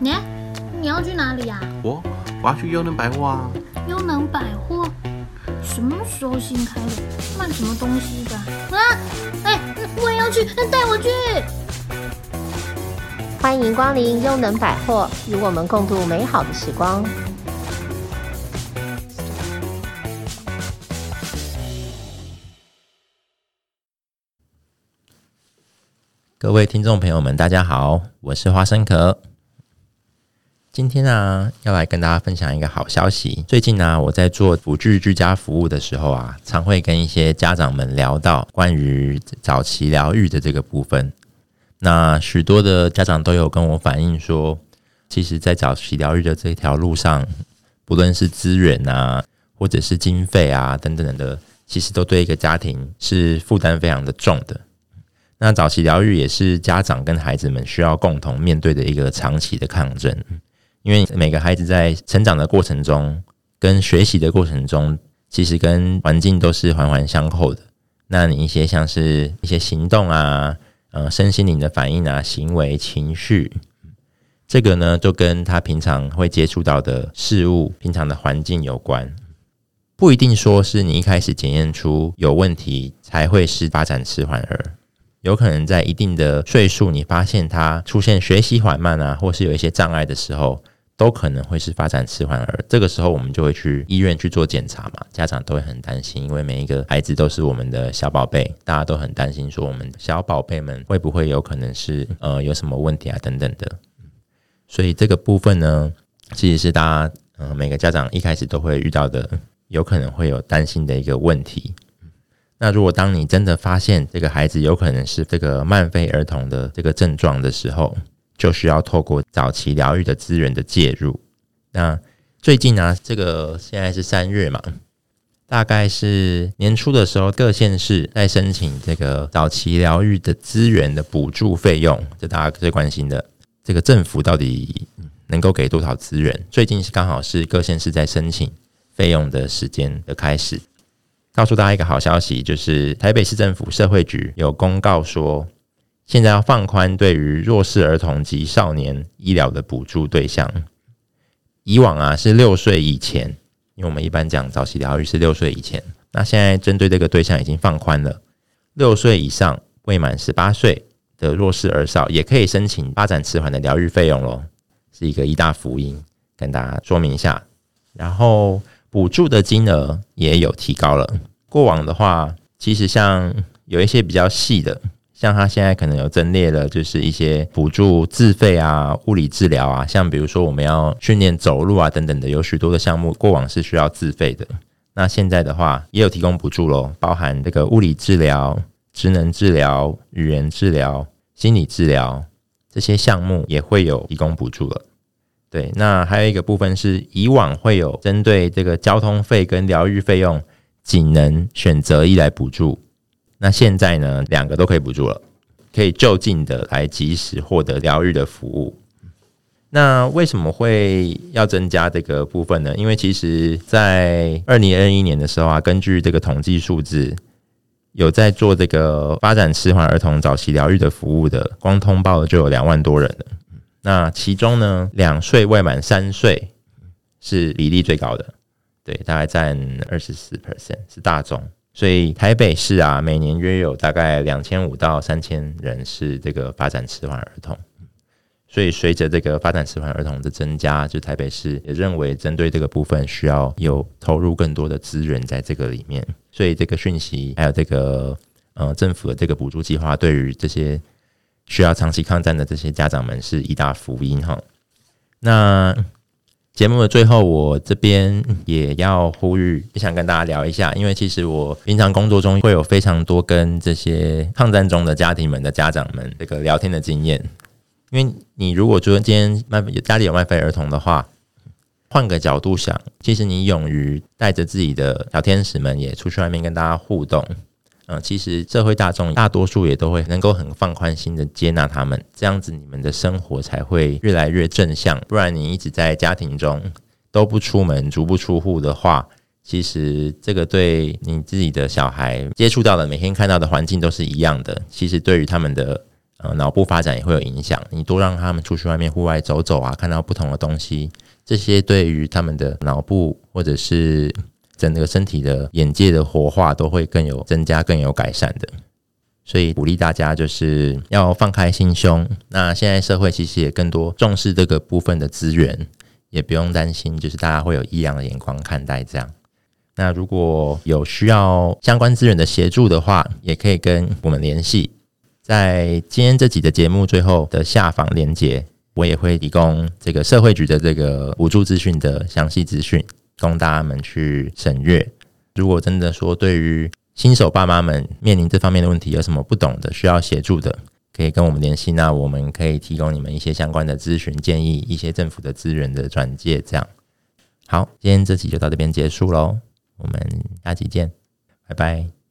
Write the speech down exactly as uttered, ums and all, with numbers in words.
你你要去哪里啊？ 我我要去优能百货啊。 优能百货什么时候新开的？卖什么东西的？啊！哎，我也要去，带我去！ 欢迎光临优能百货，与我们共度美好的时光。 各位听众朋友们，大家好，我是花生壳。今天啊，要来跟大家分享一个好消息。最近啊，我在做辅具居家服务的时候啊，常会跟一些家长们聊到关于早期疗愈的这个部分。那许多的家长都有跟我反映说，其实在早期疗愈的这条路上，不论是资源啊，或者是经费啊等等的，其实都对一个家庭是负担非常的重的。那早期疗愈也是家长跟孩子们需要共同面对的一个长期的抗争，因为每个孩子在成长的过程中跟学习的过程中，其实跟环境都是环环相扣的。那你一些像是一些行动啊，呃，身心灵的反应啊，行为情绪，这个呢就跟他平常会接触到的事物，平常的环境有关。不一定说是你一开始检验出有问题才会是发展迟缓儿，有可能在一定的岁数，你发现他出现学习缓慢啊，或是有一些障碍的时候，都可能会是发展迟缓儿。这个时候我们就会去医院去做检查嘛，家长都会很担心，因为每一个孩子都是我们的小宝贝，大家都很担心说我们小宝贝们会不会有可能是呃有什么问题啊等等的。所以这个部分呢，其实是大家呃每个家长一开始都会遇到的，有可能会有担心的一个问题。那如果当你真的发现这个孩子有可能是这个慢飞儿童的这个症状的时候，就需要透过早期疗愈的资源的介入。那最近啊，这个现在是三月嘛，大概是年初的时候，各县市在申请这个早期疗愈的资源的补助费用，这大家最关心的，这个政府到底能够给多少资源？最近是刚好是各县市在申请费用的时间的开始。告诉大家一个好消息，就是台北市政府社会局有公告说，现在要放宽对于弱势儿童及少年医疗的补助对象。以往啊是六岁以前，因为我们一般讲早期疗愈是六岁以前，那现在针对这个对象已经放宽了，六岁以上未满十八岁的弱势儿少也可以申请发展迟缓的疗愈费用咯，是一个一大福音，跟大家说明一下。然后补助的金额也有提高了。过往的话，其实像有一些比较细的，像他现在可能有增列了，就是一些补助自费啊、物理治疗啊，像比如说我们要训练走路啊等等的，有许多的项目过往是需要自费的。那现在的话也有提供补助咯，包含这个物理治疗、职能治疗、语言治疗、心理治疗，这些项目也会有提供补助了。对，那还有一个部分是以往会有针对这个交通费跟疗愈费用仅能选择一来补助，那现在呢两个都可以补助了，可以就近的来及时获得疗愈的服务。那为什么会要增加这个部分呢？因为其实在二零二一年的时候啊，根据这个统计数字，有在做这个发展迟缓儿童早期疗愈的服务的，光通报的就有两万多人了。那其中呢，两岁未满三岁是比例最高的，对，大概占 百分之二十四 是大宗。所以台北市啊，每年约有大概两千五百到三千人是这个发展迟缓儿童。所以随着这个发展迟缓儿童的增加，就台北市也认为针对这个部分需要有投入更多的资源在这个里面。所以这个讯息还有这个呃政府的这个补助计划，对于这些需要长期抗战的这些家长们是一大福音哈。那节目的最后，我这边也要呼吁，也想跟大家聊一下，因为其实我平常工作中会有非常多跟这些抗战中的家庭们的家长们这个聊天的经验。因为你如果说今天家里有慢飞儿童的话，换个角度想，其实你勇于带着自己的小天使们也出去外面跟大家互动，嗯，其实社会大众大多数也都会能够很放宽心的接纳他们，这样子你们的生活才会越来越正向。不然你一直在家庭中都不出门、足不出户的话，其实这个对你自己的小孩接触到的、每天看到的环境都是一样的，其实对于他们的呃脑部发展也会有影响。你多让他们出去外面户外走走啊，看到不同的东西，这些对于他们的脑部或者是整个身体的眼界的活化都会更有增加更有改善的。所以鼓励大家就是要放开心胸，那现在社会其实也更多重视这个部分的资源，也不用担心就是大家会有异样的眼光看待这样。那如果有需要相关资源的协助的话，也可以跟我们联系，在今天这集的节目最后的下方连结，我也会提供这个社会局的这个补助资讯的详细资讯供大家们去审阅。如果真的说对于新手爸妈们面临这方面的问题有什么不懂的需要协助的，可以跟我们联系，那我们可以提供你们一些相关的咨询建议，一些政府的资源的转介这样。好，今天这集就到这边结束咯，我们下集见，拜拜。